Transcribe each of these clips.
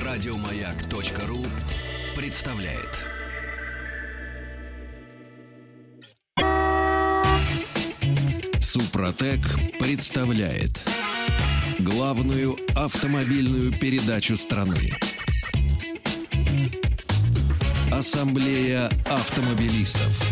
Радиомаяк.ру представляет. Супротек представляет главную автомобильную передачу страны. Ассамблея автомобилистов.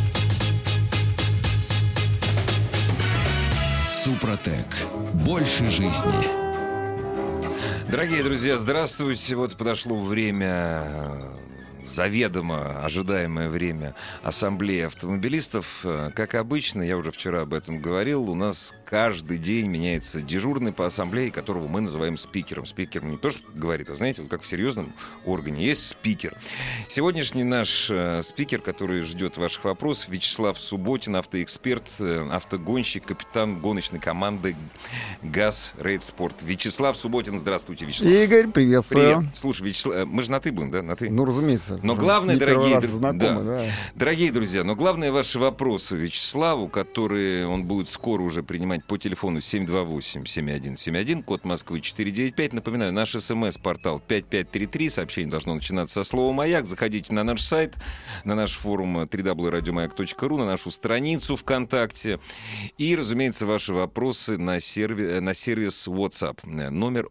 Супротек. Больше жизни. Дорогие друзья, здравствуйте. Вот подошло время, заведомо ожидаемое время Ассамблеи автомобилистов. Как обычно, я уже вчера об этом говорил, у нас каждый день меняется дежурный по ассамблее, которого мы называем спикером. Спикером не то, что говорит, а знаете, вот как в серьезном органе есть спикер. Сегодняшний наш спикер, который ждет ваших вопросов, Вячеслав Субботин, автоэксперт, автогонщик, капитан гоночной команды ГАЗ Рейд Спорт. Вячеслав Субботин, здравствуйте, Вячеслав. Игорь, приветствую. Привет. Слушай, Вячеслав, мы же на «ты» будем, да? На «ты». Ну, разумеется. Но главное, дорогие дорогие друзья, но главное ваши вопросы Вячеславу, которые он будет скоро уже принимать по телефону 728-7171, код Москвы 495. Напоминаю, наш СМС-портал 5533. Сообщение должно начинаться со слова «Маяк». Заходите на наш сайт, на наш форум www.radiomayak.ru, на нашу страницу ВКонтакте. И, разумеется, ваши вопросы на сервис WhatsApp. Номер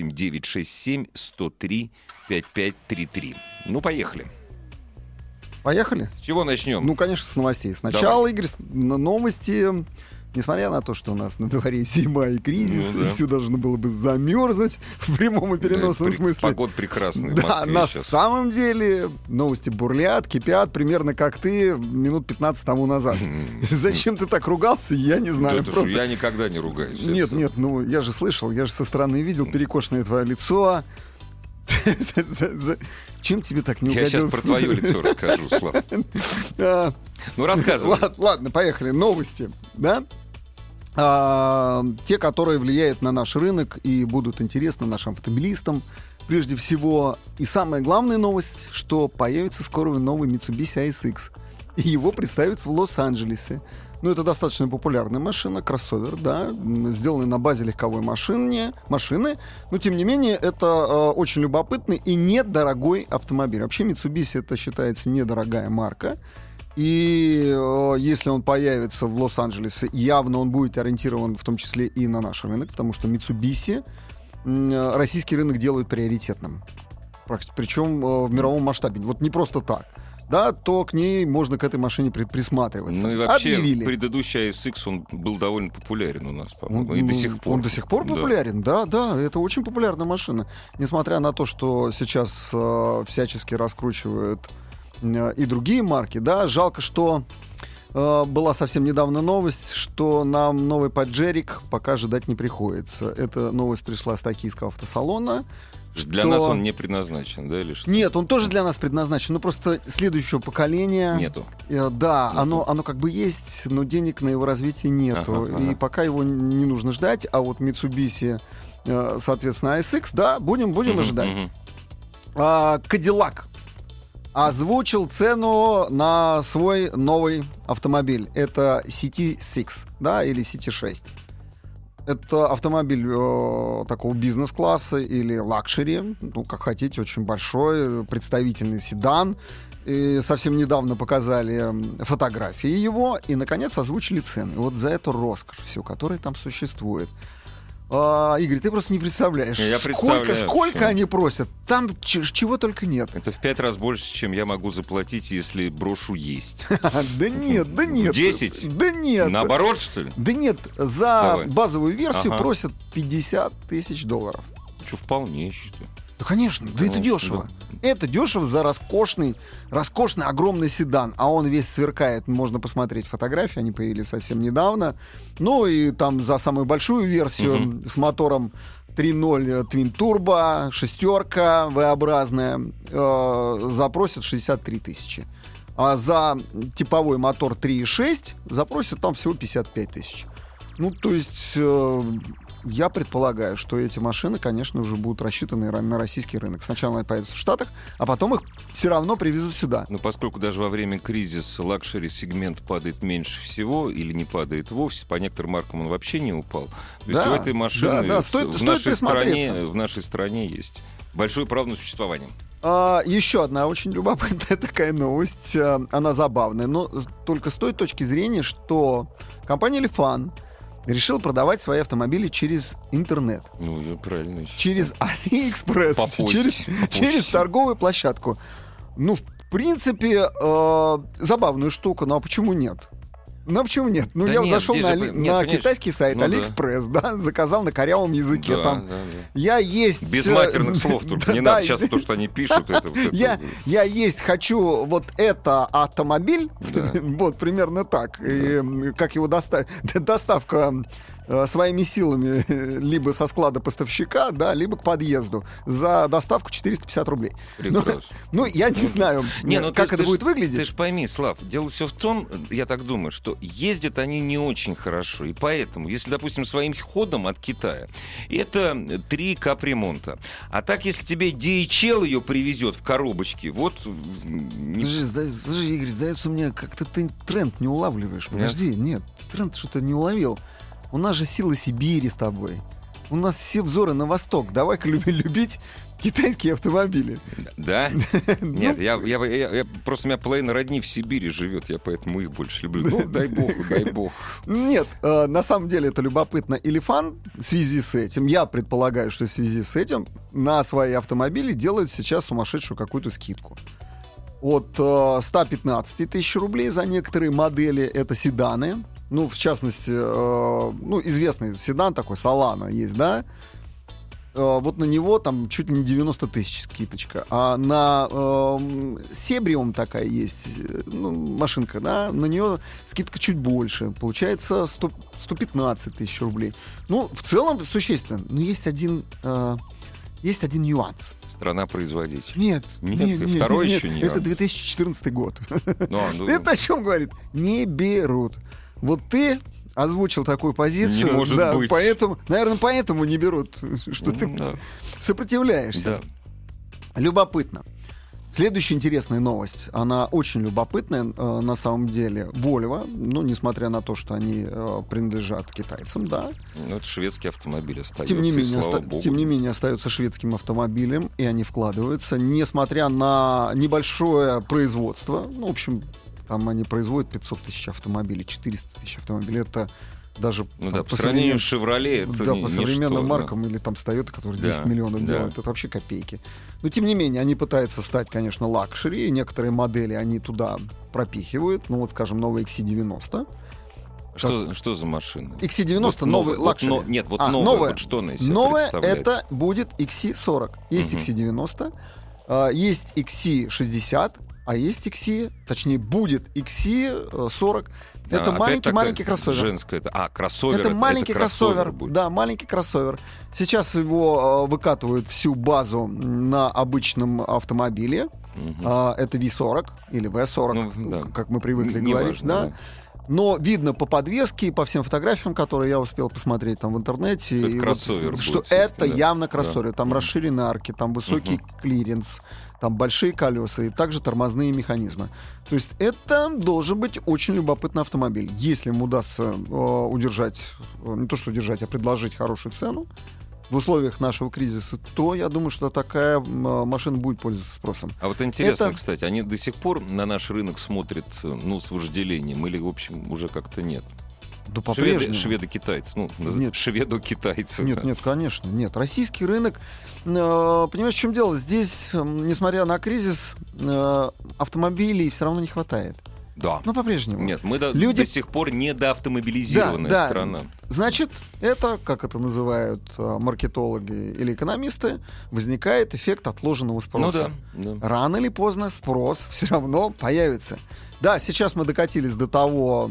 8967-103-5533. Ну, поехали. Поехали? С чего начнем? Ну, конечно, с новостей. Сначала, Игорь, новости. Несмотря на то, что у нас на дворе зима и кризис, и все должно было бы замерзнуть в прямом и переносном смысле. Погода прекрасная. Да, на самом деле новости бурлят, кипят, примерно как ты минут 15 тому назад. Зачем ты так ругался, я не знаю. Я никогда не ругаюсь. Нет, ну я же слышал, я же со стороны видел перекошенное твое лицо. Чем тебе так не угодил? Я сейчас про твое лицо расскажу, Слав. Ну, рассказывай. Ладно, поехали. Новости, да? Те, которые влияют на наш рынок и будут интересны нашим автомобилистам, прежде всего. И самая главная новость, что появится скоро новый Mitsubishi ASX. И его представят в Лос-Анджелесе. Ну, это достаточно популярная машина, кроссовер, да, сделанный на базе легковой машины, но, тем не менее, это очень любопытный и недорогой автомобиль. Вообще, Mitsubishi это считается недорогая марка, и если он появится в Лос-Анджелесе, явно он будет ориентирован в том числе и на наш рынок, потому что Mitsubishi российский рынок делают приоритетным, причем в мировом масштабе, вот не просто так. Да, то к ней можно к этой машине присматриваться. Ну и вообще, предыдущий ASX, он был довольно популярен у нас, по-моему, и до сих пор. Он до сих пор популярен, да, это очень популярная машина. Несмотря на то, что сейчас всячески раскручивают и другие марки, да, жалко, что была совсем недавно новость, что нам новый Паджерик пока ожидать не приходится. Эта новость пришла с токийского автосалона. Для нас он не предназначен, да, или что? Нет, он тоже для нас предназначен, но просто следующего поколения... Нету. Да, оно как бы есть, но денег на его развитие нету. И пока его не нужно ждать, а вот Mitsubishi, соответственно, ASX, да, будем ожидать. Cadillac озвучил цену на свой новый автомобиль. Это CT6, да, или CT6. Это автомобиль такого бизнес-класса или лакшери, ну, как хотите, очень большой, представительный седан. И совсем недавно показали фотографии его и, наконец, озвучили цены. Вот за эту роскошь всю, которая там существует. Игорь, ты просто не представляешь, сколько они просят. Там чего только нет. Это в 5 раз больше, чем я могу заплатить, если брошу есть. Да нет. 10? Да нет. Наоборот, что ли? Да нет, за базовую версию просят $50 тысяч. Что, вполне, считаю. Да, конечно, это дешево. Да. Это дешево за роскошный, огромный седан. А он весь сверкает. Можно посмотреть фотографии, они появились совсем недавно. Ну и там за самую большую версию с мотором 3.0 Twin Turbo, шестерка V-образная, запросят 63 тысячи. А за типовой мотор 3.6 запросят там всего 55 тысяч. Ну, то есть... Я предполагаю, что эти машины, конечно, уже будут рассчитаны на российский рынок. Сначала они появятся в Штатах, а потом их все равно привезут сюда. Ну, поскольку даже во время кризиса лакшери-сегмент падает меньше всего или не падает вовсе, по некоторым маркам он вообще не упал. То есть у этой машины стоит присмотреться. В нашей стране есть Большое право на существование. Еще одна очень любопытная такая новость. Она забавная, но только с той точки зрения, что компания Lifan решила продавать свои автомобили через интернет. Ну, я правильно. Через AliExpress, через торговую площадку. Ну, в принципе, забавная штука, но почему нет? Ну, почему нет? Ну, да я нет, зашел на конечно. китайский сайт AliExpress, да, заказал на корявом языке. Да, там. да. Я есть... Без матерных слов только. Не надо сейчас то, что они пишут. Я есть хочу вот это автомобиль, вот примерно так. И как его доставить? Доставка своими силами либо со склада поставщика, да, либо к подъезду. За доставку 450 рублей. Ну, я не знаю, как это будет выглядеть. Ты ж пойми, Слав, дело все в том, я так думаю, что ездят они не очень хорошо. И поэтому, если, допустим, своим ходом от Китая, это 3 капремонта. А так, если тебе DHL ее привезет в коробочке, вот... Подожди, Игорь, сдается мне, как-то ты тренд не улавливаешь. Подожди, нет, тренд что-то не уловил. У нас же сила Сибири с тобой. У нас все взоры на восток. Давай-ка любить китайские автомобили. Да? Нет, я просто у меня половина родни в Сибири живет, я поэтому их больше люблю. Ну, дай бог. Нет, на самом деле это любопытно. И Lifan в связи с этим, я предполагаю, что в связи с этим на свои автомобили делают сейчас сумасшедшую какую-то скидку. От 115 тысяч рублей за некоторые модели, это седаны. Ну, в частности, известный седан такой, Solana есть, да? Вот на него там чуть ли не 90 тысяч скидочка. А на Себриум такая есть машинка, да? На нее скидка чуть больше. Получается 115 тысяч рублей. Ну, в целом существенно. Но есть один нюанс. Страна-производитель. Нет. Второй еще нюанс. Это 2014 год. Это о чем говорит? Не берут. Вот ты озвучил такую позицию. Не может быть. Поэтому не берут, что ты сопротивляешься. Да. Любопытно. Следующая интересная новость. Она очень любопытная на самом деле. Volvo, несмотря на то, что они принадлежат китайцам, да. Это шведский автомобиль остается. Тем не менее, остается шведским автомобилем, и они вкладываются, несмотря на небольшое производство. В общем, там они производят 500 тысяч автомобилей, 400 тысяч автомобилей. Это даже по сравнению с Chevrolet, это по современным маркам, или там Toyota, которые 10 миллионов делают, это вообще копейки. Но тем не менее, они пытаются стать, конечно, лакшери, и некоторые модели они туда пропихивают. Ну вот, скажем, новая XC90. Что за машина? XC90 новый лакшери. Новая. Вот что она из себя новая представляет? Это будет XC40. Есть XC90, есть XC60, а есть будет XC40. Это маленький кроссовер. Женская. Кроссовер. Это маленький кроссовер. Да, маленький кроссовер. Сейчас его выкатывают всю базу на обычном автомобиле. Это V40 или V40, как мы привыкли говорить. Важно, да. Но видно по подвеске и по всем фотографиям, которые я успел посмотреть там в интернете, это кроссовер что будет, это явно кроссовер. Там расширенные арки, там высокий клиренс, там большие колеса и также тормозные механизмы. То есть это должен быть очень любопытный автомобиль. Если ему удастся удержать, не то что удержать, а предложить хорошую цену в условиях нашего кризиса, то я думаю, что такая машина будет пользоваться спросом. А вот интересно, кстати, они до сих пор на наш рынок смотрят, с вожделением, или, в общем, уже как-то нет? Да по-прежнему. Шведы-китайцы. Нет. Шведо-китайцы. Нет, конечно, нет. Российский рынок, понимаешь, в чем дело? Здесь, несмотря на кризис, автомобилей все равно не хватает. Да. Но по-прежнему. Нет, мы до сих пор недоавтомобилизированная страна. Значит, это, как это называют маркетологи или экономисты, возникает эффект отложенного спроса. Рано или поздно спрос все равно появится. Да, сейчас мы докатились до того,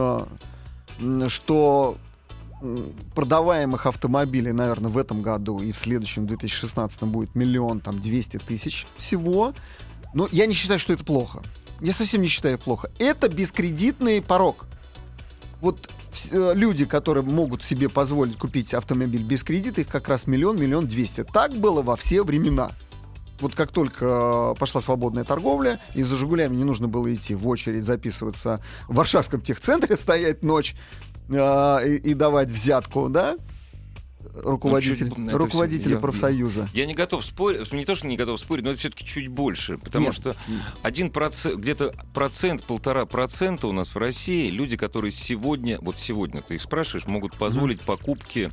что продаваемых автомобилей, наверное, в этом году и в следующем, 2016, будет 1 200 000 всего. Но я не считаю, что это плохо. Я совсем не считаю плохо. Это бескредитный порог. Вот люди, которые могут себе позволить купить автомобиль без кредита, их как раз 1 200 000. Так было во все времена. Вот как только пошла свободная торговля, и за «Жигулями» не нужно было идти в очередь, записываться в Варшавском техцентре, стоять ночь и давать взятку, да? руководителя профсоюза. Я не готов спорить, не то, что не готов спорить, но это все-таки чуть больше, потому что 1%, где-то 1-1,5% у нас в России люди, которые сегодня ты их спрашиваешь, могут позволить покупки,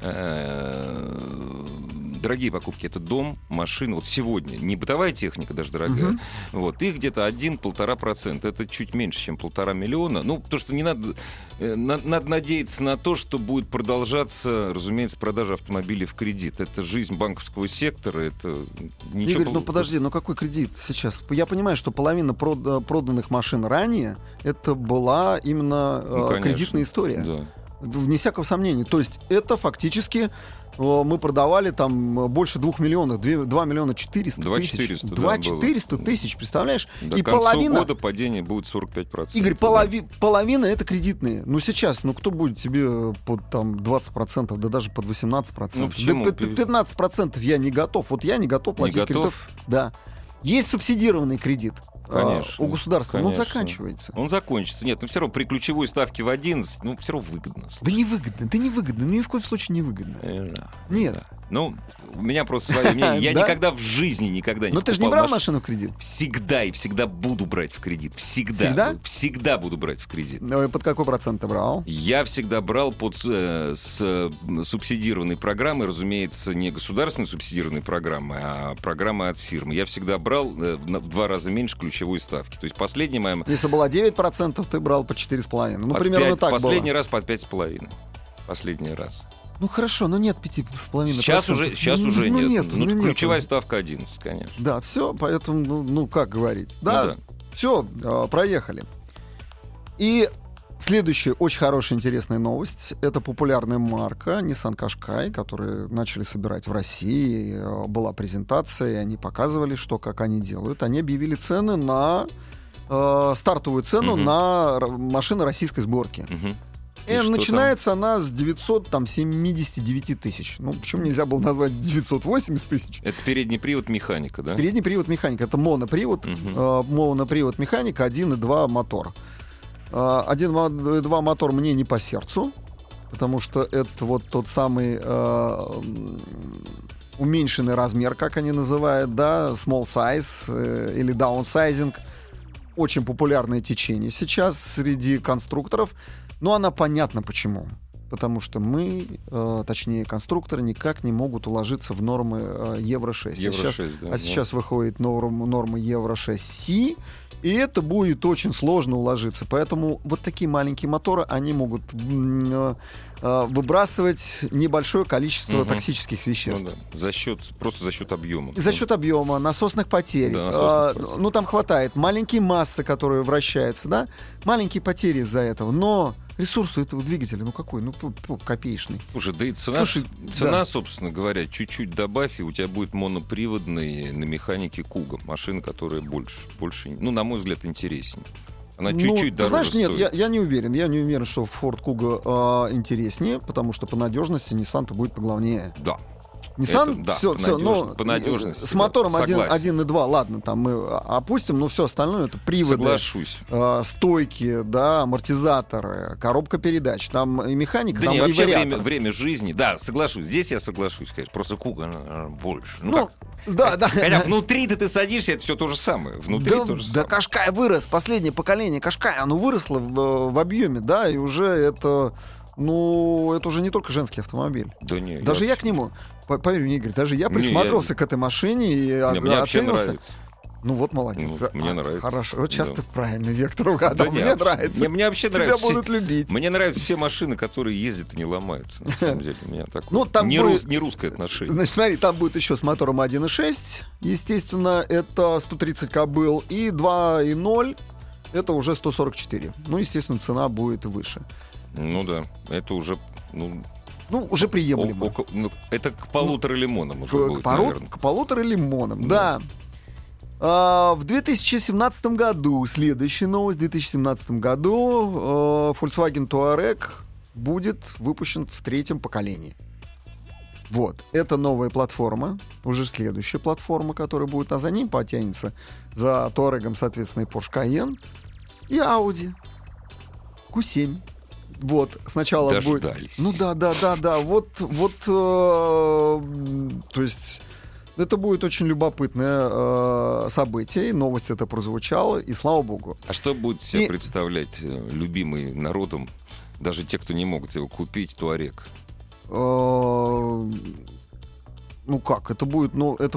дорогие покупки. Это дом, машина. Вот сегодня не бытовая техника даже дорогая. Вот. Их где-то 1-1,5%. Это чуть меньше, чем 1,5 миллиона. Ну, потому что не надо... Надо надеяться на то, что будет продолжаться, разумеется, продажа автомобилей в кредит. Это жизнь банковского сектора. Это ничего... Игорь, подожди, какой кредит сейчас? Я понимаю, что половина проданных машин ранее это была именно кредитная история. Да. Вне всякого сомнения. То есть это фактически мы продавали там больше 2 миллионов, 2 миллиона 400 тысяч. 2 400 тысяч, представляешь? До конца года падение будет 45%. Игорь, половина это кредитные. Сейчас, кто будет тебе под там 20%, да даже под 18%? Почему? 15% я не готов. Вот я не готов платить кредит. Да. Есть субсидированный кредит. Конечно, у государства. Конечно. Он заканчивается. Он закончится. Нет, все равно при ключевой ставке в 11, все равно выгодно. Да невыгодно. Ни в коем случае не выгодно. Нет. У меня просто свое мнение. Я никогда в жизни не покупал. Но ты же не брал машину в кредит? Всегда и всегда буду брать в кредит. Всегда? Всегда буду брать в кредит. Под какой процент ты брал? Я всегда брал с субсидированной программой, разумеется, не государственной субсидированной программой, а программой от фирмы. Я всегда брал в 2 раза меньше ключевой ставки. То есть последняя моя... Если была 9%, ты брал по 4,5%. Примерно так было. Последний раз под 5,5%. Последний раз. Хорошо, но нет 5,5%. Сейчас уже нет. Ключевая ставка 11, конечно. Да, все, поэтому, как говорить. Да, все, проехали. И следующая очень хорошая, интересная новость. Это популярная марка Nissan Qashqai, которую начали собирать в России. Была презентация, и они показывали, как они делают. Они объявили цены на... стартовую цену на машины российской сборки. И начинается она с 979 тысяч. Почему нельзя было назвать 980 тысяч? Это передний привод механика, да? Передний привод механика. Это монопривод. Монопривод механика, 1.2 мотор. 1.2 мотор мне не по сердцу, потому что это вот тот самый уменьшенный размер, как они называют, да, small size или downsizing. Очень популярное течение сейчас среди конструкторов. Но она понятна почему. Потому что точнее конструкторы, никак не могут уложиться в нормы Евро-6. Сейчас выходит норма Евро-6C, и это будет очень сложно уложиться. Поэтому вот такие маленькие моторы, они могут выбрасывать небольшое количество токсических веществ. Просто за счет объема. За счет объема, насосных потерь. Там хватает. Маленькие массы, которые вращаются, да? Маленькие потери из-за этого. Но ресурс у этого двигателя, какой? Копеечный. Слушай, да и цена, собственно говоря, чуть-чуть добавь, и у тебя будет моноприводный на механике Kuga. Машина, которая больше, на мой взгляд, интереснее. Она чуть-чуть дороже стоит. Нет, я не уверен. Я не уверен, что Ford Kuga интереснее, потому что по надежности Nissan-то будет поглавнее. Да. Nissan, по надежности. С мотором 1.2, ладно, там мы опустим, но все остальное это приводы. Соглашусь. Stойки, да, амортизаторы, коробка передач, там и механика, там и вообще вариатор. Время жизни, да, соглашусь. Здесь я соглашусь, конечно. Просто Kuga больше. Да. Хотя внутри ты садишься, это все то же самое. Внутри то же самое. Да, Qashqai вырос, последнее поколение Qashqai, оно выросло в объеме, да, и уже это... это уже не только женский автомобиль. Да не, даже я к нему, поверь мне, Игорь, даже я присматривался к этой машине и мне вообще нравится. Молодец. Мне нравится. Хорошо, вот сейчас ты правильный вектор угадал. Мне нравится. Мне вообще нравится. Тебя будут любить. Мне нравятся все машины, которые ездят и не ломаются. На самом деле, у меня такое не русское отношение. Значит, смотри, там будет еще с мотором 1.6. Естественно, это 130 кобыл. И 2.0 это уже 144. Естественно, цена будет выше. Да, это уже... уже приемлемо. Это к 1,5 лимонам уже будет, наверное. К 1,5 лимонам, да. В 2017 году, следующая новость, в 2017 году Volkswagen Touareg будет выпущен в 3-м поколении. Вот, это новая платформа, уже следующая платформа, которая будет, а за ним потянется за Touareg, соответственно, и Porsche Cayenne, и Audi Q7. Вот, сначала Дождались. будет... Ну да. Вот, то есть... Это будет очень любопытное событие, и новость это прозвучала, и слава богу. А что будет себе представлять любимый народом, даже те, кто не могут его купить, Туарек? Как? Это будет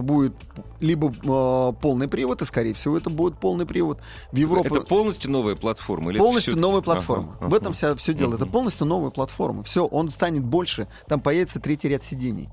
либо полный привод, и, скорее всего, это будет полный привод. В Европе... Это полностью новая платформа? Или полностью это новая платформа. В этом все дело. Это полностью новая платформа. Все, он станет больше. Там появится третий ряд сидений.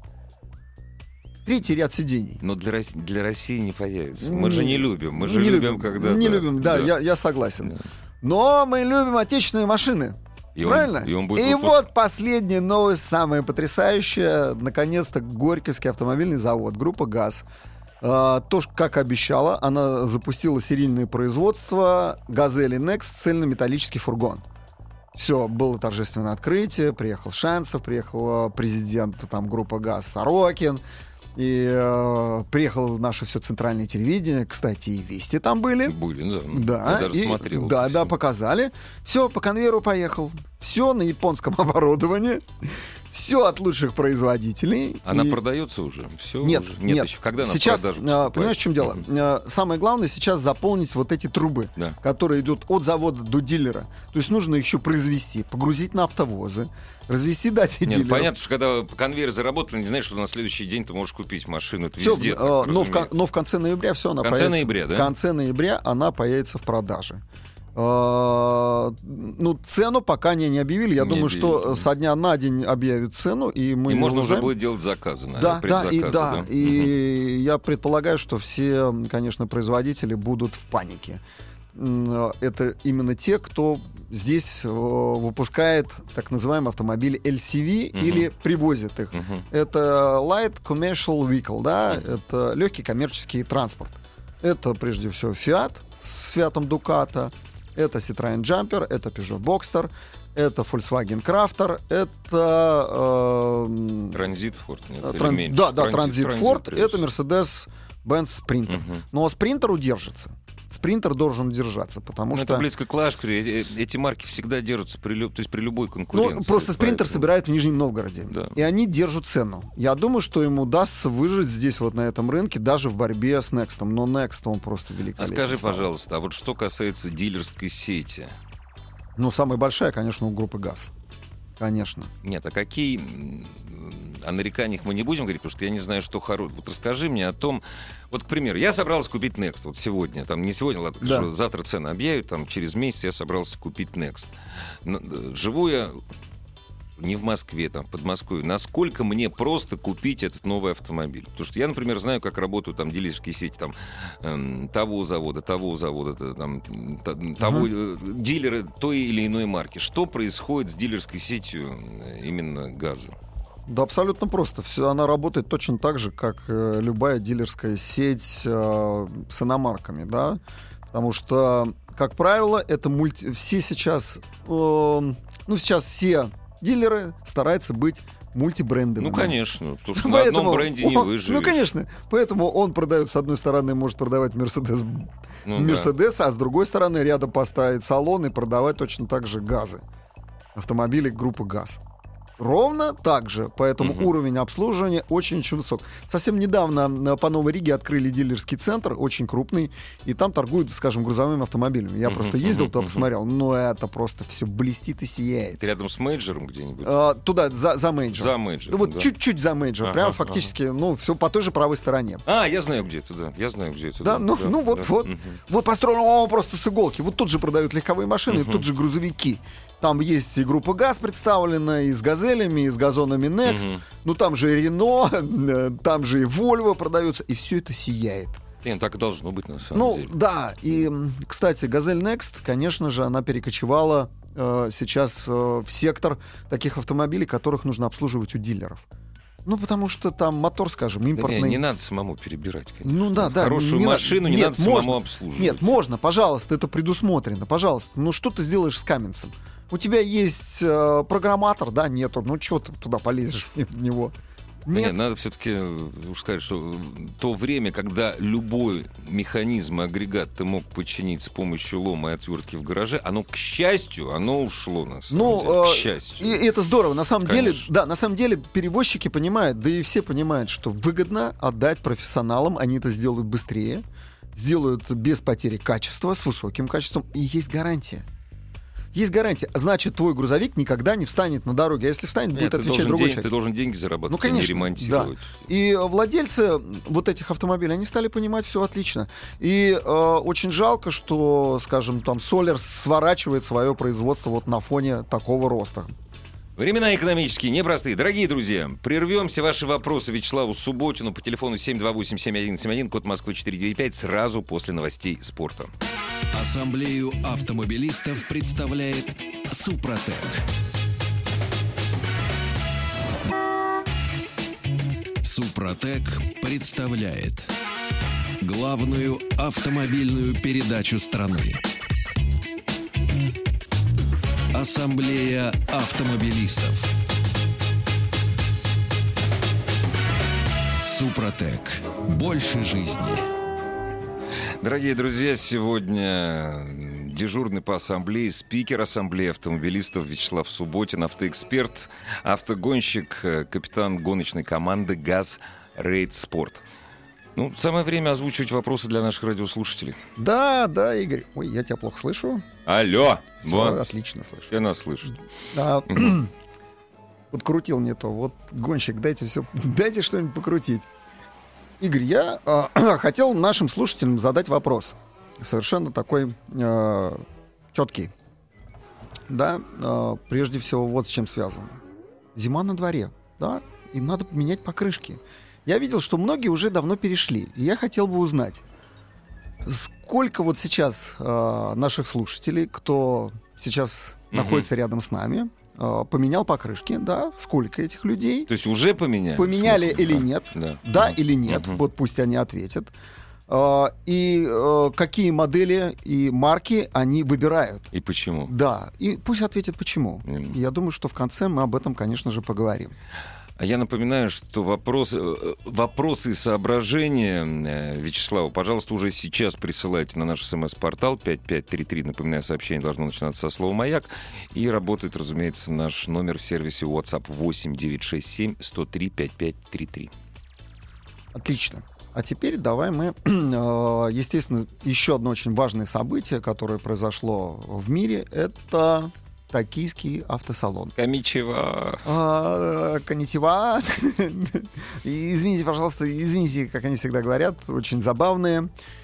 Но для России не появится. Мы же не любим. Мы же любим, когда... Не любим, да. Я согласен. Да. Но мы любим отечественные машины. Правильно? И вот последняя новость, самая потрясающая. Наконец-то Горьковский автомобильный завод, группа ГАЗ. То, как обещала, она запустила серийное производство «Газели Next» цельнометаллический фургон. Все, было торжественное открытие, приехал Шанцев, приехал президент группы ГАЗ Сорокин. И приехало наше все центральное телевидение. Кстати, и Вести там были. Были, да. Да, я даже смотрел. Да, показали. Все по конвейеру поехал. Все на японском оборудовании. Все от лучших производителей. Она продается уже? Все нет, уже? Нет. Еще. Когда она сейчас, в продажу поступает? Понимаешь, в чем дело? Самое главное сейчас заполнить вот эти трубы, которые идут от завода до дилера. То есть нужно еще произвести, погрузить на автовозы, развести до дилеров. Понятно, что когда конвейер заработал, не знаешь, что на следующий день ты можешь купить машину. Это все, везде но в конце ноября все она появится. В конце ноября, да? В конце ноября она появится в продаже. Цену пока не объявили. Я думаю, что со дня на день объявят цену, и мы можно уже будет делать заказы, наверное, предзаказы. И я предполагаю, что все, конечно, производители будут в панике. Это именно те, кто здесь выпускает так называемые автомобили LCV или привозит их. Это Light Commercial Vehicle, да, это легкий коммерческий транспорт. Это прежде всего Fiat с Fiat Ducato, это Citroen Jumper, это Peugeot Boxster, это Volkswagen Crafter, это... Транзит Ford, нет? Транзит Ford, это Mercedes-Benz Sprinter. Но Sprinter удержится. Спринтер должен удержаться, потому что... Это близко к Лашкаре. Эти марки всегда держатся при любой конкуренции. Просто Спринтер собирают в Нижнем Новгороде. Да. И они держат цену. Я думаю, что ему удастся выжить здесь, вот на этом рынке, даже в борьбе с Next. Но Next, он просто великолепный. А скажи, пожалуйста, а вот что касается дилерской сети? Самая большая, конечно, у группы ГАЗ. Конечно. Нет, а какие... О нареканиях мы не будем говорить, потому что я не знаю, что хорошее. Вот расскажи мне о том... Вот, к примеру, я собрался купить Next. Вот сегодня, не сегодня, ладно, завтра цены объявят, через месяц я собрался купить Next. Живу я не в Москве, в Подмосковье. Насколько мне просто купить этот новый автомобиль? Потому что я, например, знаю, как работают дилерские сети того завода, того дилера той или иной марки. Что происходит с дилерской сетью именно ГАЗа? Да, абсолютно просто. Она работает точно так же, как любая дилерская сеть с иномарками, да? Потому что, как правило, это все сейчас... сейчас все дилеры стараются быть мультибрендовыми. Конечно, потому что на одном бренде не выживешь. Конечно. Поэтому он продает, с одной стороны, может продавать Мерседес, а с другой стороны, рядом поставить салон и продавать точно так же ГАЗы. Автомобили группы ГАЗ. Ровно так же, поэтому уровень обслуживания очень-очень высок. Совсем недавно по Новой Риге открыли дилерский центр, очень крупный, и там торгуют, скажем, грузовыми автомобилями. Я просто ездил туда, посмотрел, но это просто все блестит и сияет. Ты рядом с мейджором где-нибудь? Туда, за мейджором. За мейджором, вот чуть-чуть за мейджором, прям фактически, все по той же правой стороне. Я знаю, где это, да. Я знаю, где это. Да, вот построено просто с иголки. Вот тут же продают легковые машины, тут же грузовики. Там есть и группа ГАЗ представлена, и с «Газелями», и с газонами Next. Там же и Рено, там же и Volvo продаются, и все это сияет. Так и должно быть, на самом деле. Да, и, кстати, «Газель Next», конечно же, она перекочевала сейчас в сектор таких автомобилей, которых нужно обслуживать у дилеров. Потому что там мотор, скажем, импортный. Не надо самому перебирать, конечно. Да. Хорошую машину не надо самому обслуживать. Нет, можно, пожалуйста, это предусмотрено. Пожалуйста, что ты сделаешь с Каменцем? У тебя есть программатор, да, нету. Чего ты туда полезешь в него? Нет. Надо все-таки сказать, что то время, когда любой механизм и агрегат ты мог починить с помощью лома и отвертки в гараже, оно, к счастью, оно ушло, на самом деле. К счастью. И это здорово. На самом деле, Конечно. да, на самом деле перевозчики понимают, да и все понимают, что выгодно отдать профессионалам, они это сделают быстрее, сделают без потери качества, с высоким качеством, и есть гарантия. Есть гарантия. Значит, твой грузовик никогда не встанет на дороге. А если встанет, будет отвечать другой человек. Ты должен деньги зарабатывать, Ну, конечно, а не ремонтировать. Да. И владельцы вот этих автомобилей, они стали понимать все отлично. И очень жалко, что, скажем, там Солярс сворачивает свое производство вот на фоне такого роста. Времена экономические непростые. Дорогие друзья, прервемся. Ваши вопросы Вячеславу Субботину по телефону 728-7171, код Москвы 495, сразу после новостей спорта. Ассамблею автомобилистов представляет Супротек. Супротек представляет главную автомобильную передачу страны. Ассамблея автомобилистов. Супротек. Больше жизни. Дорогие друзья, сегодня дежурный по ассамблее, спикер ассамблеи автомобилистов Вячеслав Субботин, автоэксперт, автогонщик, капитан гоночной команды ГАЗ Рейд Спорт. Ну, самое время озвучивать вопросы для наших радиослушателей. Да, Игорь. Ой, я тебя плохо слышу. Алло! Всё, Вот. отлично слышу. Все нас слышат. Подкрутил мне то. Вот, гонщик, дайте что-нибудь покрутить. Игорь, я хотел нашим слушателям задать вопрос. Совершенно такой четкий. Да, прежде всего, вот с чем связано. Зима на дворе, да, и надо менять покрышки. Я видел, что многие уже давно перешли. И я хотел бы узнать, сколько вот сейчас наших слушателей, кто сейчас находится рядом с нами, поменял покрышки, да, сколько этих людей. То есть уже поменяли? Поменяли или нет? Да или нет? Вот пусть они ответят. И какие модели и марки они выбирают. И почему? Да, и пусть ответят почему. Я думаю, что в конце мы об этом, конечно же, поговорим. А я напоминаю, что вопросы и соображения Вячеславу, пожалуйста, уже сейчас присылайте на наш СМС-портал 5533. Напоминаю, сообщение должно начинаться со слова «Маяк». И работает, разумеется, наш номер в сервисе WhatsApp 8967 103 5533. Отлично. А теперь давай мы, естественно, еще одно очень важное событие, которое произошло в мире, это Токийский автосалон. Коничева. Коничева. Извините, пожалуйста, как они всегда говорят, очень забавные.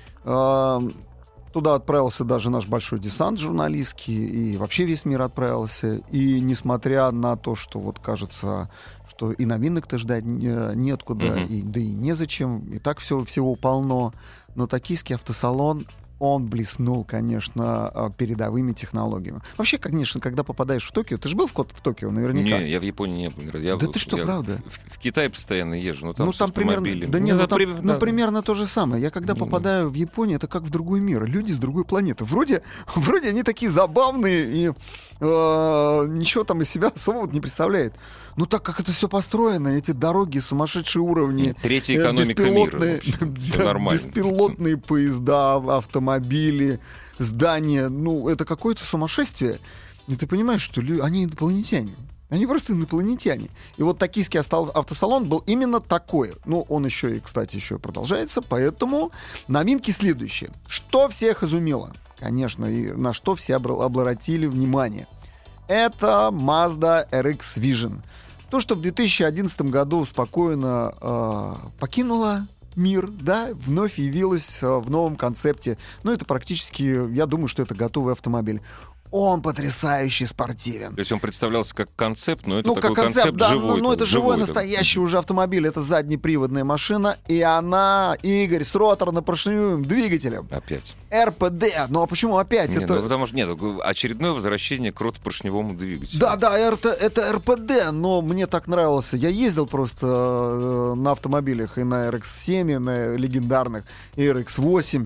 Туда отправился даже наш большой десант журналистский, и вообще весь мир отправился. И несмотря на то, что вот кажется, что и новинок-то ждать неоткуда, да и незачем, и так всего полно, но Токийский автосалон, он блеснул, конечно, передовыми технологиями. Вообще, конечно, когда попадаешь в Токио, ты же был в Токио наверняка? Не, я в Японии не был. Да ты что, правда? В Китае постоянно езжу, но там с автомобилем. Примерно то же самое. Я когда попадаю в Японию, это как в другой мир. Люди с другой планеты. Вроде они такие забавные и ничего там из себя особо не представляют. Но так как это все построено, эти дороги, сумасшедшие уровни, третья экономика мира. Все нормально. Беспилотные поезда, автомобили, здания, это какое-то сумасшествие. И ты понимаешь, что они инопланетяне. Они просто инопланетяне. И вот Токийский автосалон был именно такой. Он еще и, кстати, еще продолжается. Поэтому новинки следующие. Что всех изумило? Конечно, и на что все обратили внимание. Это Mazda RX Vision. То, что в 2011 году спокойно покинула мир, да, вновь явилась в новом концепте. Это практически, я думаю, что это готовый автомобиль. Он потрясающий спортивен. То есть он представлялся как концепт, но это такой как концепт, да, живой. Это живой, настоящий уже автомобиль. Это заднеприводная машина. И она, Игорь, с роторно-поршневым двигателем. Опять. РПД. А почему опять? Потому что очередное возвращение к роторно-поршневому двигателю. Да, это РПД, но мне так нравился. Я ездил просто на автомобилях и на RX-7, и на легендарных, и RX-8.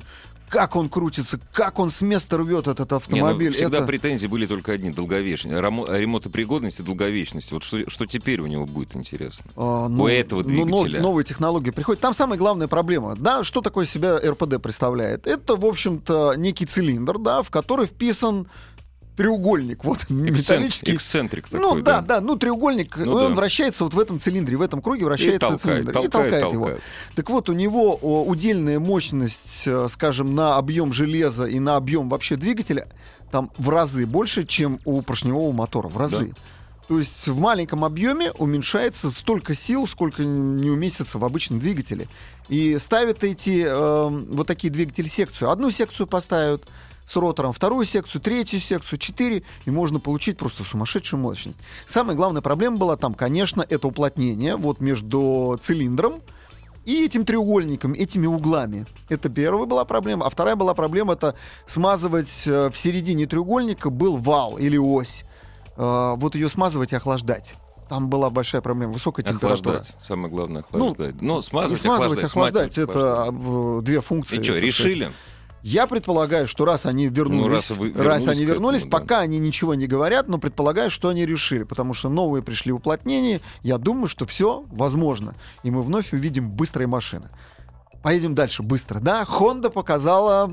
как он крутится, как он с места рвет этот автомобиль. Всегда претензии были только одни: долговечность. Ремонтопригодность и долговечность. Вот что теперь у него будет, интересно? У этого двигателя. Новые технологии приходят. Там самая главная проблема. Да, что такое себя РПД представляет? Это, в общем-то, некий цилиндр, да, в который вписан треугольник, вот, металлический. Эксцентрик такой, треугольник, он вращается вот в этом цилиндре, в этом круге вращается цилиндр. И толкает его. Так вот, у него удельная мощность, скажем, на объем железа и на объем вообще двигателя там в разы больше, чем у поршневого мотора, в разы. Да. То есть в маленьком объеме уменьшается столько сил, сколько не уместится в обычном двигателе. И ставят эти вот такие двигатели секцию. Одну секцию поставят с ротором, вторую секцию, третью секцию, 4, и можно получить просто сумасшедшую мощность. Самая главная проблема была там, конечно, это уплотнение вот между цилиндром и этим треугольником, этими углами. Это первая была проблема. А вторая была проблема — это смазывать в середине треугольника был вал или ось. Вот ее смазывать и охлаждать. Там была большая проблема, высокая температура. Охлаждать. Самое главное — охлаждать. Но смазывать, охлаждать — это две функции. И что, решили? Я предполагаю, что раз они вернулись, пока они ничего не говорят, но предполагаю, что они решили, потому что новые пришли уплотнения. Я думаю, что все возможно, и мы вновь увидим быстрые машины. Поедем дальше быстро. Да, Honda показала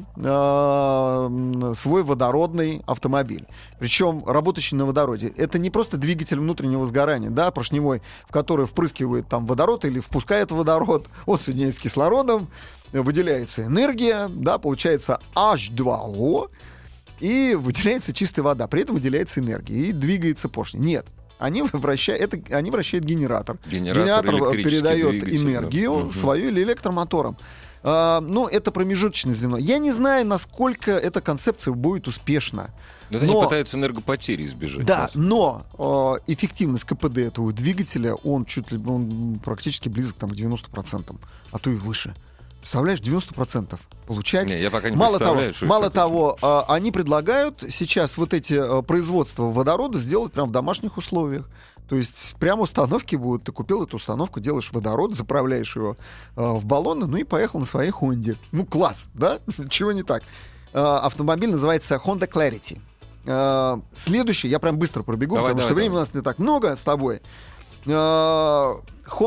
свой водородный автомобиль. Причем работающий на водороде. Это не просто двигатель внутреннего сгорания, да, поршневой, в который впрыскивает там водород или впускает водород, он соединяется с кислородом, выделяется энергия, да, получается H2O, и выделяется чистая вода. При этом выделяется энергия и двигается поршень. Нет. Они вращают генератор. Генератор передает энергию свою или электромотором. Это промежуточное звено. Я не знаю, насколько эта концепция будет успешна. Они пытаются энергопотери избежать. Да, но эффективность КПД этого двигателя, он практически близок там, к 90%, а то и выше. Представляешь, 90% получать. Не, я пока не представляю, мало того, они предлагают сейчас вот эти производства водорода сделать прямо в домашних условиях. То есть прямо установки будут. Ты купил эту установку, делаешь водород, заправляешь его в баллоны, и поехал на своей Хонде. Класс, да? Чего не так? Автомобиль называется Honda Clarity. Следующий, я прям быстро пробегу, потому что времени у нас не так много с тобой. Honda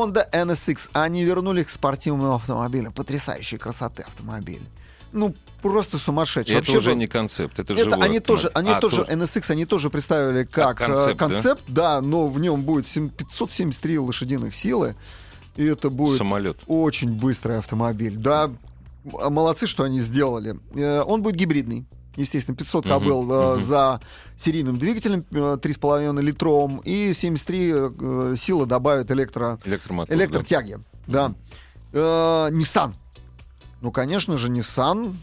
NSX. Они вернули к спортивному автомобилю. Потрясающей красоты автомобиль. Просто сумасшедший. Это вообще уже не концепт, это живой они тоже NSX они тоже представили как концепт, да, но в нем будет 573 лошадиных силы, и это будет самолет. Очень быстрый автомобиль. Да, молодцы, что они сделали. Он будет гибридный. Естественно, 500 кобыл за серийным двигателем 3,5 литровым, и 73 силы добавит электротяги. Да. Nissan. Конечно же, Nissan,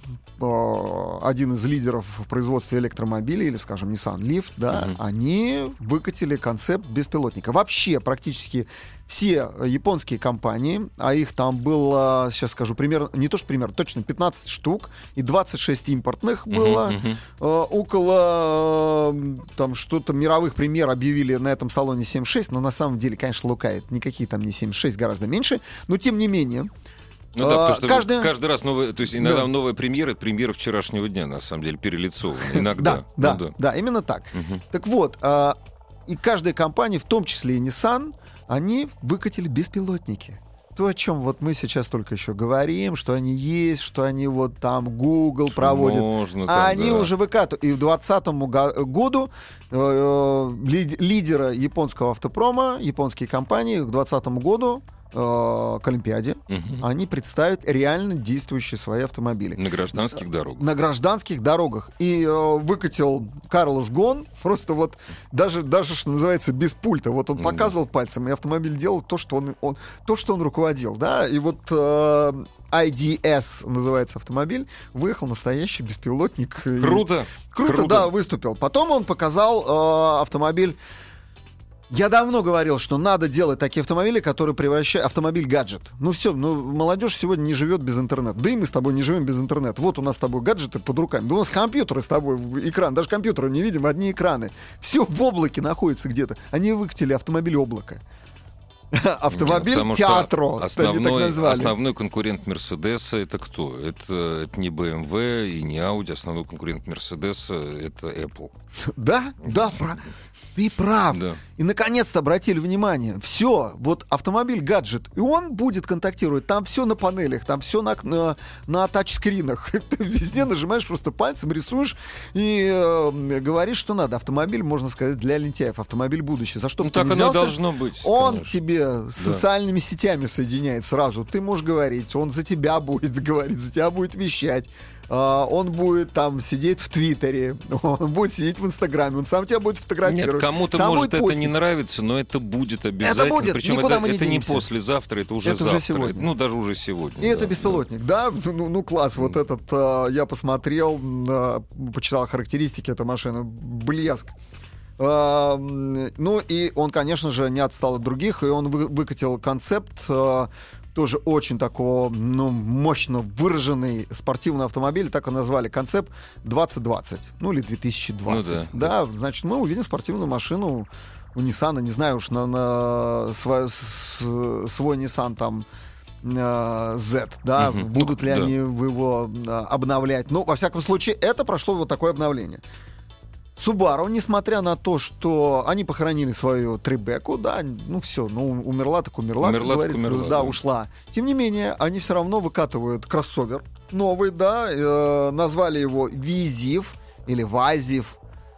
один из лидеров в производстве электромобилей, или, скажем, Nissan Leaf, да, они выкатили концепт беспилотника. Вообще, практически все японские компании, а их там было, сейчас скажу, точно 15 штук, и 26 импортных было. Около там что-то мировых премьер объявили на этом салоне 76, но на самом деле, конечно, лукавит. Никакие там не 76, гораздо меньше. Но, тем не менее, потому что каждый раз новая, то есть иногда новая премьера — это премьера вчерашнего дня, на самом деле, перелицована. Иногда. Да, именно так. Так вот, и каждая компания, в том числе и Nissan, они выкатили беспилотники. То, о чем вот мы сейчас только еще говорим, что они есть, что они вот там Google проводит. Они уже выкатывают. И в 2020 году лидеры японского автопрома, японские компании к 2020 году к Олимпиаде, они представят реально действующие свои автомобили. На гражданских дорогах. На гражданских дорогах. И выкатил Карлос Гон, просто вот даже, что называется, без пульта. Вот он показывал пальцем, и автомобиль делал то, что он руководил. Да? И вот IDS называется автомобиль, выехал настоящий беспилотник. Круто, да, выступил. Потом он показал автомобиль. Я давно говорил, что надо делать такие автомобили, которые превращают автомобиль-гаджет. Молодежь сегодня не живет без интернета. Да и мы с тобой не живем без интернета. Вот у нас с тобой гаджеты под руками. Да у нас компьютеры с тобой, экран. Даже компьютеры не видим, одни экраны. Все в облаке находится где-то. Они выкатили автомобиль облака. Автомобиль Театро, они так назвали. Основной конкурент Мерседеса — это кто? Это не BMW и не Audi. Основной конкурент Мерседеса — это Apple. Да, ты прав. Да. И наконец-то обратили внимание. Все, вот автомобиль-гаджет, и он будет контактировать. Там все на панелях, там все на тачскринах. Ты везде нажимаешь просто пальцем, рисуешь и говоришь, что надо. Автомобиль, можно сказать, для лентяев. Автомобиль будущее. За что бы ты так ни оно взялся, должно быть. он конечно. тебе с социальными сетями соединяет сразу. Ты можешь говорить, он за тебя будет говорить, за тебя будет вещать. Он будет там сидеть в Твиттере, он будет сидеть в Инстаграме, он сам тебя будет фотографировать. Нет, кому-то сам может будет это не нравиться, но это будет обязательно. Это будет, причем никуда мы не это не денемся. Послезавтра, это уже Это завтра. уже сегодня. Ну, даже уже сегодня. И это беспилотник, да? Ну, класс, вот этот, я посмотрел, почитал характеристики этой машины, блеск. Ну, и он, конечно же, не отстал от других, и он выкатил концепт, тоже очень такого, мощно выраженный спортивный автомобиль, так и назвали, концепт 2020, ну или 2020. Ну, да. Значит, мы увидим спортивную машину у Nissan, не знаю уж, на свой Nissan там Z, да, будут ли они его обновлять. Ну, во всяком случае, это прошло вот такое обновление. Subaru, несмотря на то, что они похоронили свою Требеку, да, все, умерла так умерла, как говорится, да, ушла. Тем не менее, они все равно выкатывают кроссовер новый, да, назвали его Vizив или Вазив.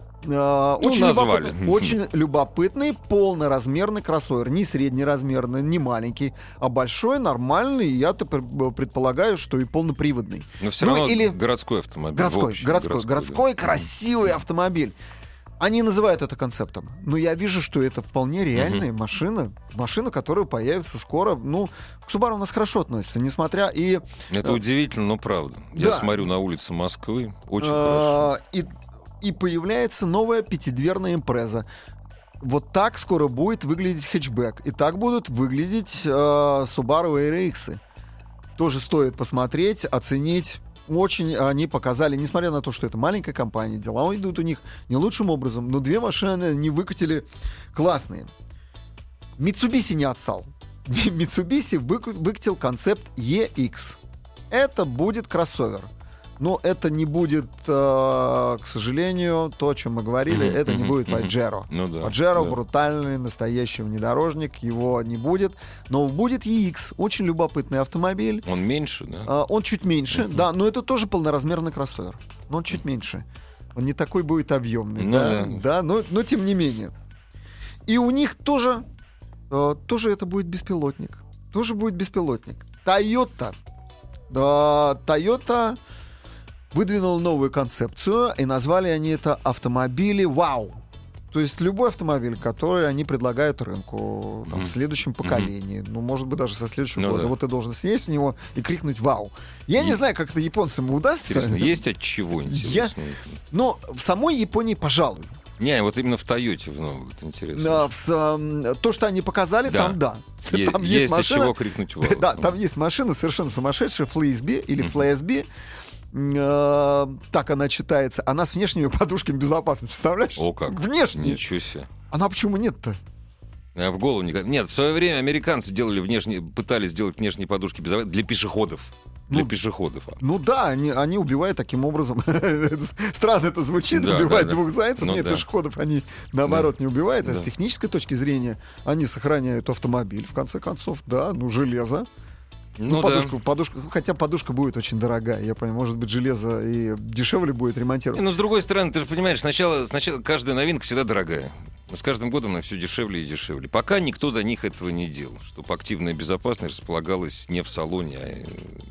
Очень любопытный полноразмерный кроссовер. Не среднеразмерный, не маленький, а большой, нормальный. Я-то предполагаю, что и полноприводный. Но все равно городской автомобиль. Городской красивый автомобиль. Они называют это концептом. Но я вижу, что это вполне реальная машина. Машина, которая появится скоро. К Subaru у нас хорошо относится, несмотря и... Это удивительно, но правда. Я смотрю на улицы Москвы. Очень хорошо. И появляется новая пятидверная импреза. Вот так скоро будет выглядеть хэтчбэк. И так будут выглядеть Subaru RX. Тоже стоит посмотреть, оценить. Очень они показали, несмотря на то, что это маленькая компания, дела идут у них не лучшим образом, но две машины они выкатили классные. Mitsubishi не отстал. Mitsubishi выкатил концепт EX. Это будет кроссовер. Но это не будет, к сожалению, то, о чем мы говорили, это не будет Pajero. Pajero брутальный, настоящий внедорожник, его не будет. Но будет EX, очень любопытный автомобиль. Он меньше, да? Он чуть меньше, да, но это тоже полноразмерный кроссовер. Но он чуть меньше. Он не такой будет объемный, но тем не менее. И у них тоже это будет беспилотник. Toyota выдвинула новую концепцию, и назвали они это автомобили «Вау». То есть любой автомобиль, который они предлагают рынку в следующем поколении, может быть, даже со следующего года. Вот ты должен сесть в него и крикнуть «Вау». Я не знаю, как это японцам удастся. Интересно, есть от чего интересно? Но в самой Японии, пожалуй. Не, вот именно в Тойоте в новом, это интересно. То, что они показали, там да. Там есть машина, от чего крикнуть «Вау». Да, там есть машина совершенно сумасшедшая, Флэсби или Флэсби. Так она читается. Она с внешними подушками безопасности. Представляешь? О, как. Внешние. Ничего себе. Она почему нет-то? В голову никак. Нет, в свое время американцы пытались сделать внешние подушки безопасности для пешеходов. Для пешеходов. Да, они убивают таким образом. Странно это звучит, убивают двух зайцев. Нет, пешеходов они, наоборот, не убивают. А с технической точки зрения они сохраняют автомобиль, в конце концов. Да, железо. Подушку, хотя подушка будет очень дорогая, я понимаю, может быть, железо и дешевле будет ремонтировать. Но с другой стороны, ты же понимаешь, сначала каждая новинка всегда дорогая. С каждым годом она все дешевле и дешевле. Пока никто до них этого не делал, чтобы активная безопасность располагалась не в салоне, а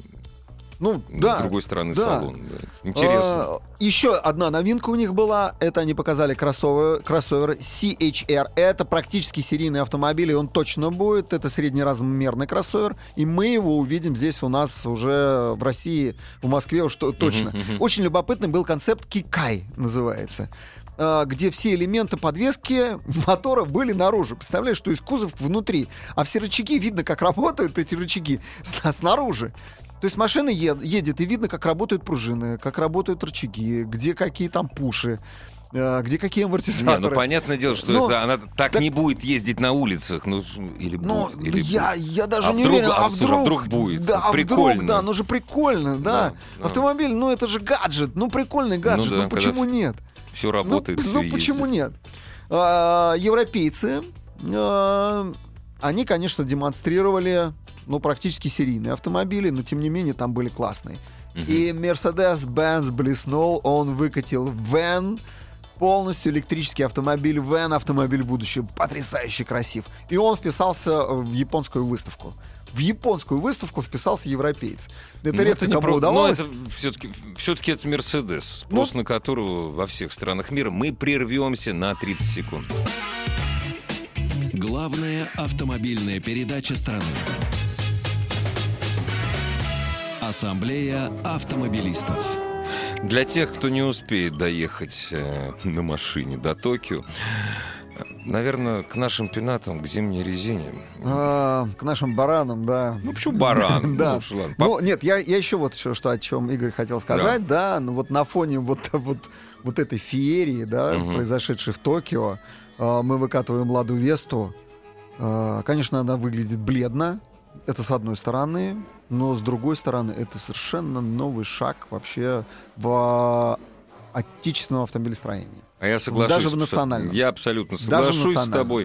с другой стороны салон. Да. Интересно. Еще одна новинка у них была. Это они показали кроссовер CHR. Это практически серийный автомобиль, и он точно будет. Это среднеразмерный кроссовер. И мы его увидим здесь у нас уже в России, в Москве уж точно. Очень любопытный был концепт Кикай, называется, где все элементы подвески мотора были наружу. Представляешь, что из кузова внутри. А все рычаги, видно, как работают эти рычаги снаружи. То есть машина едет, и видно, как работают пружины, как работают рычаги, где какие там пуши. где какие амортизаторы. Не, ну понятное дело, что это, она так не будет ездить на улицах. Или будет. Я даже не уверен. Вдруг будет. Да, прикольно. Вдруг, да, ну же прикольно, да. Автомобиль, ну это же гаджет, ну прикольный гаджет, ну почему нет? Все работает, все ездит. Почему нет? Европейцы, они, конечно, демонстрировали, практически серийные автомобили, но тем не менее там были классные. И Mercedes-Benz блеснул, он выкатил Van, полностью электрический автомобиль Van, автомобиль будущего, потрясающе красив. И он вписался в японскую выставку. В японскую выставку вписался европеец. Это редко кому удавалось. Но это все-таки это Мерседес, спрос на которого во всех странах мира. Мы прервемся на 30 секунд. Главная автомобильная передача страны. Ассамблея автомобилистов. Для тех, кто не успеет доехать на машине до Токио, наверное, к нашим пенатам, к зимней резине. К нашим баранам, да. Ну, почему баран? Да. Нет, я еще вот что, о чем Игорь хотел сказать, да, ну вот на фоне вот этой феерии, да, произошедшей в Токио, мы выкатываем Ладу Весту. Конечно, она выглядит бледно, это с одной стороны, но с другой стороны, это совершенно новый шаг вообще в отечественном автомобилестроении. А я соглашусь. Даже в национальном. Я абсолютно соглашусь с тобой.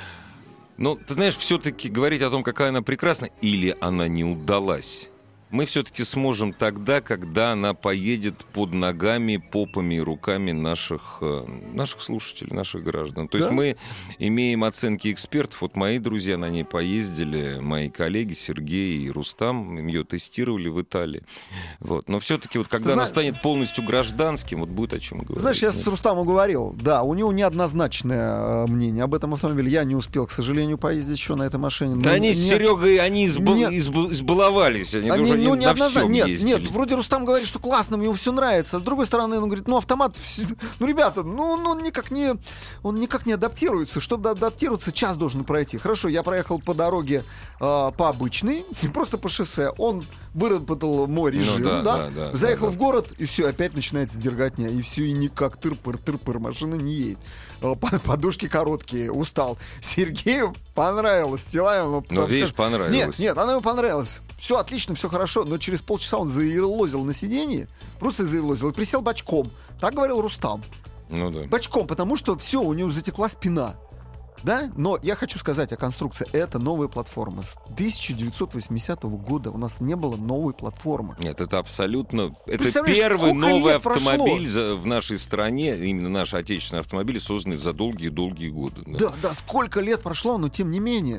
Но, ты знаешь, все-таки говорить о том, какая она прекрасна, или она не удалась, мы все-таки сможем тогда, когда она поедет под ногами, попами и руками наших слушателей, наших граждан. То есть мы имеем оценки экспертов. Вот мои друзья на ней поездили, мои коллеги Сергей и Рустам ее тестировали в Италии. Вот. Но все-таки вот когда она станет полностью гражданским, вот будет о чем говорить. Знаешь, я с Рустамом говорил, да, у него неоднозначное мнение об этом автомобиле. Я не успел, к сожалению, поездить еще на этой машине. Да они с Серегой, они избаловались. Они неоднозначно. Нет, вроде Рустам говорит, что классно, мне все нравится. А с другой стороны, он говорит, автомат, ребята, он никак не адаптируется. Чтобы адаптироваться, час должен пройти. Хорошо, я проехал по дороге по обычной, просто по шоссе. Он выработал мой режим, заехал в город, и все, опять начинается дерготня. И все, и никак тыр-пыр, машина не едет. Подушки короткие, устал. Сергею понравилось. Понравилось. Нет, она ему понравилась. Все отлично, все хорошо, но через полчаса он заерлозил на сиденье, просто заерлозил и присел бочком. Так говорил Рустам. Бочком, потому что все, у него затекла спина. Да? Но я хочу сказать о конструкции. Это новая платформа. С 1980 года у нас не было новой платформы. Нет, это абсолютно... Это первый новый автомобиль в нашей стране, именно наши отечественные автомобили, созданные за долгие-долгие годы. Да, сколько лет прошло, но тем не менее...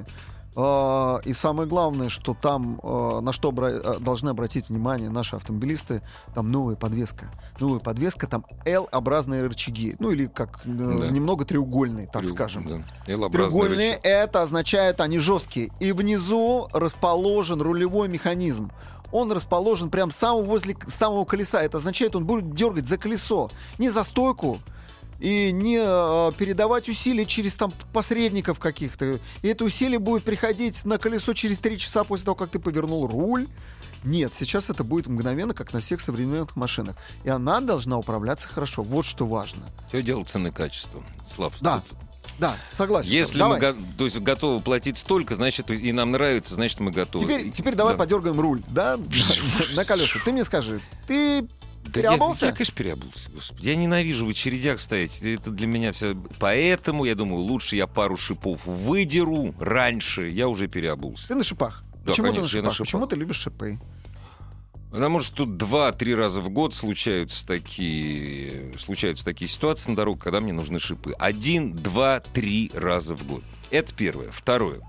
И самое главное, что там, на что должны обратить внимание наши автомобилисты, там новая подвеска. Новая подвеска, там L-образные рычаги. Ну или как немного треугольные, так скажем. Да. Треугольные, это означает, они жесткие. И внизу расположен рулевой механизм. Он расположен прямо возле самого колеса. Это означает, он будет дергать за колесо, не за стойку. И не передавать усилия через посредников каких-то. И это усилие будет приходить на колесо через 3 часа после того, как ты повернул руль. Нет, сейчас это будет мгновенно, как на всех современных машинах. И она должна управляться хорошо. Вот что важно. Все дело цены качества. Слав, да, согласен. Если мы готовы платить столько, значит, и нам нравится, значит, мы готовы. Теперь давай подергаем руль, да, на колеса. Ты мне скажи, ты... Переобулся? Я, конечно, переобулся. Господи. Я ненавижу в очередях стоять. Это для меня все. Поэтому, я думаю, лучше я пару шипов выдеру раньше. Я уже переобулся. Ты на шипах? Да, Почему конечно, ты на шипах? Почему ты любишь шипы? Потому что тут 2-3 раза в год случаются такие ситуации на дорогах, когда мне нужны шипы. 1, 2, 3 раза в год. Это первое. Второе.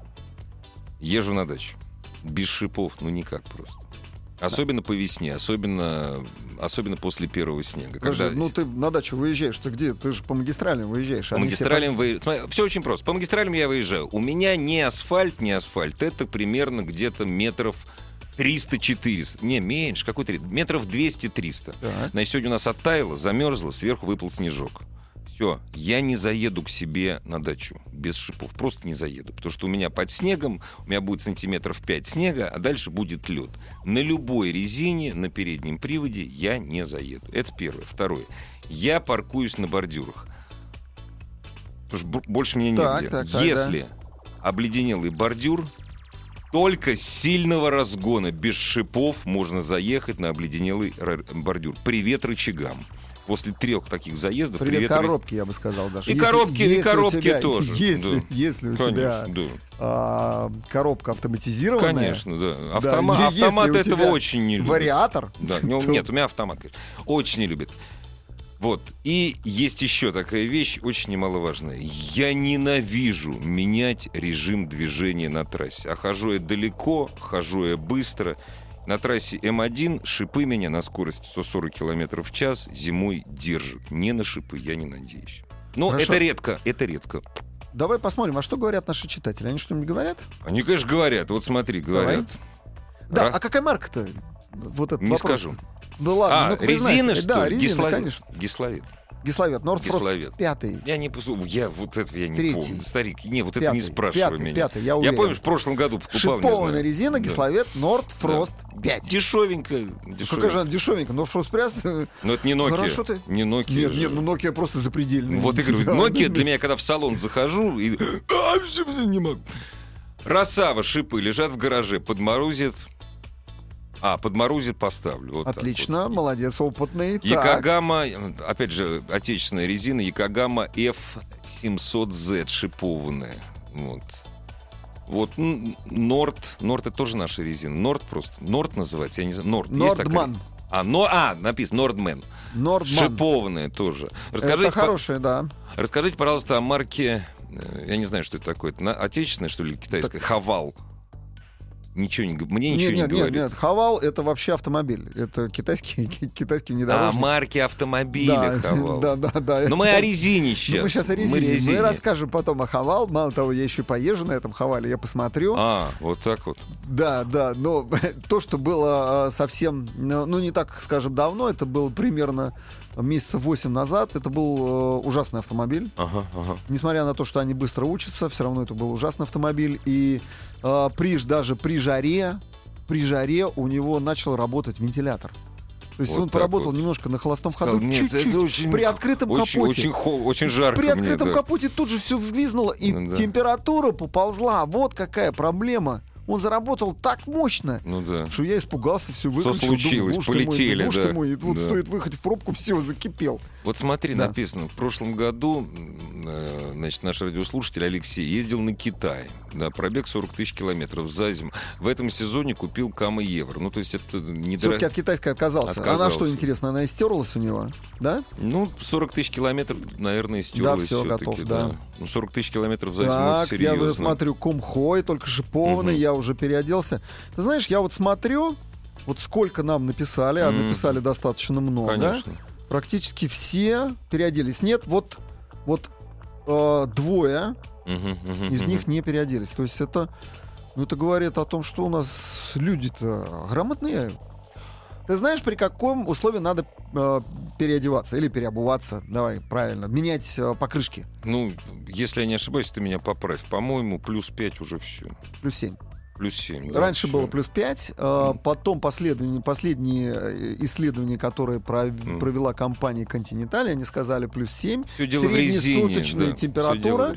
Езжу на дачу. Без шипов, никак просто. Особенно по весне, особенно после первого снега. Ты на дачу выезжаешь, ты где? Ты же по магистралям выезжаешь. По магистралям все очень просто. По магистралям я выезжаю. У меня не асфальт. Это примерно где-то метров 300-400. Не, меньше. Какой-то метров 200-300. Значит, сегодня у нас оттаяло, замерзло, сверху выпал снежок. Все, я не заеду к себе на дачу без шипов, просто не заеду, потому что у меня под снегом, у меня будет сантиметров 5 снега, а дальше будет лед. На любой резине, на переднем приводе я не заеду. Это первое. Второе. Я паркуюсь на бордюрах. Потому что больше меня негде. Если обледенелый бордюр, только с сильного разгона, без шипов, можно заехать на обледенелый бордюр. Привет рычагам. После 3 таких заездов... Привет коробки, я бы сказал даже. И коробки тоже. Если у тебя коробка автоматизированная... Конечно, да. Автомат этого очень не любит. Вариатор? Да. Нет, у меня автомат. Очень не любит. Вот. И есть еще такая вещь, очень немаловажная. Я ненавижу менять режим движения на трассе. А хожу я далеко, хожу я быстро. На трассе М1 шипы меня на скорости 140 км в час зимой держат. Не на шипы, я не надеюсь. Но это редко. Давай посмотрим, а что говорят наши читатели? Они что-нибудь говорят? Они, конечно, говорят. Вот смотри, говорят. Да, а какая марка-то? Вот этот не вопрос. Скажу. Ну ладно, резина, что ли? Да, резина, конечно. Гисловет. Гисловет, Нордфрост 5. Я вот это я не 3. помню. Старик, вот 5, это не спрашивай меня. 5, я уверен. Я помню, в прошлом году покупал. Шипованная резина, Гисловет, Нордфрост 5. Дешевенько. Какая же она дешевенькая? Нордфрост 5. Но это не Nokia. Хорошо ты. Не Nokia. Нет, ну Nokia просто запредельная. Вот я говорю, Nokia для меня, когда в салон захожу, и не могу. Росава, шипы лежат в гараже, подморозит, поставлю. Вот отлично, вот. Молодец, опытный. Якогама, опять же, отечественная резина, Якогама F700Z шипованная. Вот Норд это тоже наша резина. Норд просто. Норд называется, я не знаю. Нордман. Написано Нордмен. Нордман. Шипованная тоже. Расскажите, это хорошая, да. Расскажите, пожалуйста, о марке, я не знаю, что это такое. Это отечественная, что ли, китайская? Хавал. Мне ничего не говорит. Нет, Хавал — это вообще автомобиль. Это китайский внедорожник. Марки автомобиля Хавал. Да. Но мы о резине сейчас. Мы сейчас о резине. Мы расскажем потом о Хавал. Мало того, я еще поезжу на этом Хавале, я посмотрю. Вот так вот. Да. Но то, что было совсем, не так, скажем, давно, это было примерно месяца 8 назад, это был ужасный автомобиль. Несмотря на то, что они быстро учатся, все равно это был ужасный автомобиль. И даже при жаре у него начал работать вентилятор. То есть он поработал немножко на холостом ходу, чуть-чуть, при открытом капоте. Очень жарко. При открытом капоте тут же все взвизгнуло, и температура поползла. Вот какая проблема. Он заработал так мощно, что я испугался, все выключил. Что случилось? Думаю, полетели, и вот стоит выходить в пробку, все, закипел. Вот смотри, написано, в прошлом году, наш радиослушатель Алексей ездил на Китай, пробег 40 тысяч километров за зиму. В этом сезоне купил Кама Евро. То есть это недорого. Все-таки от китайской отказался. Она что, интересно, она истерлась у него, да? 40 тысяч километров, наверное, истерлась. Да, все, готов, да. 40 тысяч километров за зиму, это серьезно. Я смотрю, Комхой, только шипованный, я уже переоделся. Ты знаешь, я вот смотрю, вот сколько нам написали, а написали достаточно много. Конечно. Практически все переоделись. Нет, вот двое из них не переоделись. То есть это говорит о том, что у нас люди-то грамотные. Ты знаешь, при каком условии надо переодеваться или переобуваться? Давай, правильно. Менять покрышки. Если я не ошибаюсь, ты меня поправь. По-моему, плюс 5 уже все. Плюс 7. Плюс 7. Раньше было плюс 5. Потом последние исследования, которые провела компания Continental, они сказали плюс 7. Среднесуточная температура.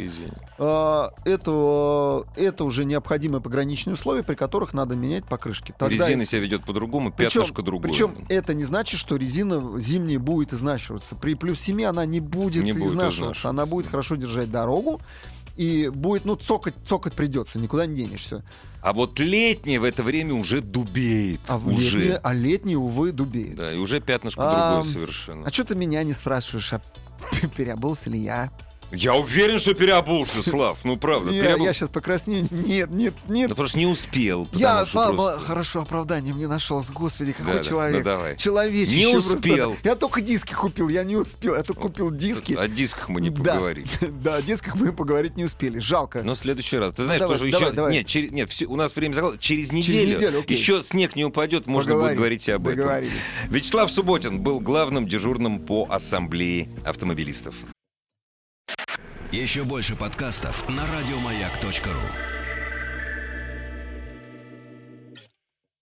Это уже необходимые пограничные условия, при которых надо менять покрышки. Резина себя ведет по-другому, пятнышко другое. Причем это не значит, что резина зимняя будет изнашиваться. При плюс 7 она не будет изнашиваться. Она будет хорошо держать дорогу. И будет, цокать придется, никуда не денешься. А вот летняя в это время уже дубеет. Летняя, увы, дубеет. Да, и уже пятнышко другое совершенно. А что ты меня не спрашиваешь, переобулся ли я? Я уверен, что переобулся, Слав. Правда. Я сейчас покраснею. Нет. Просто не успел. Хорошо, оправдание мне нашел. Господи, какой человек. Давай. Человечище. Не успел. Я только диски купил, я не успел. Я только купил диски. О дисках мы не поговорили. Да, о дисках мы поговорить не успели. Жалко. Но в следующий раз. Ты знаешь, тоже еще... Нет, у нас время заколото. Через неделю еще снег не упадет, можно будет говорить об этом. Договорились. Вячеслав Субботин был главным дежурным по ассамблее автомобилистов. Еще больше подкастов на радиомаяк.ру.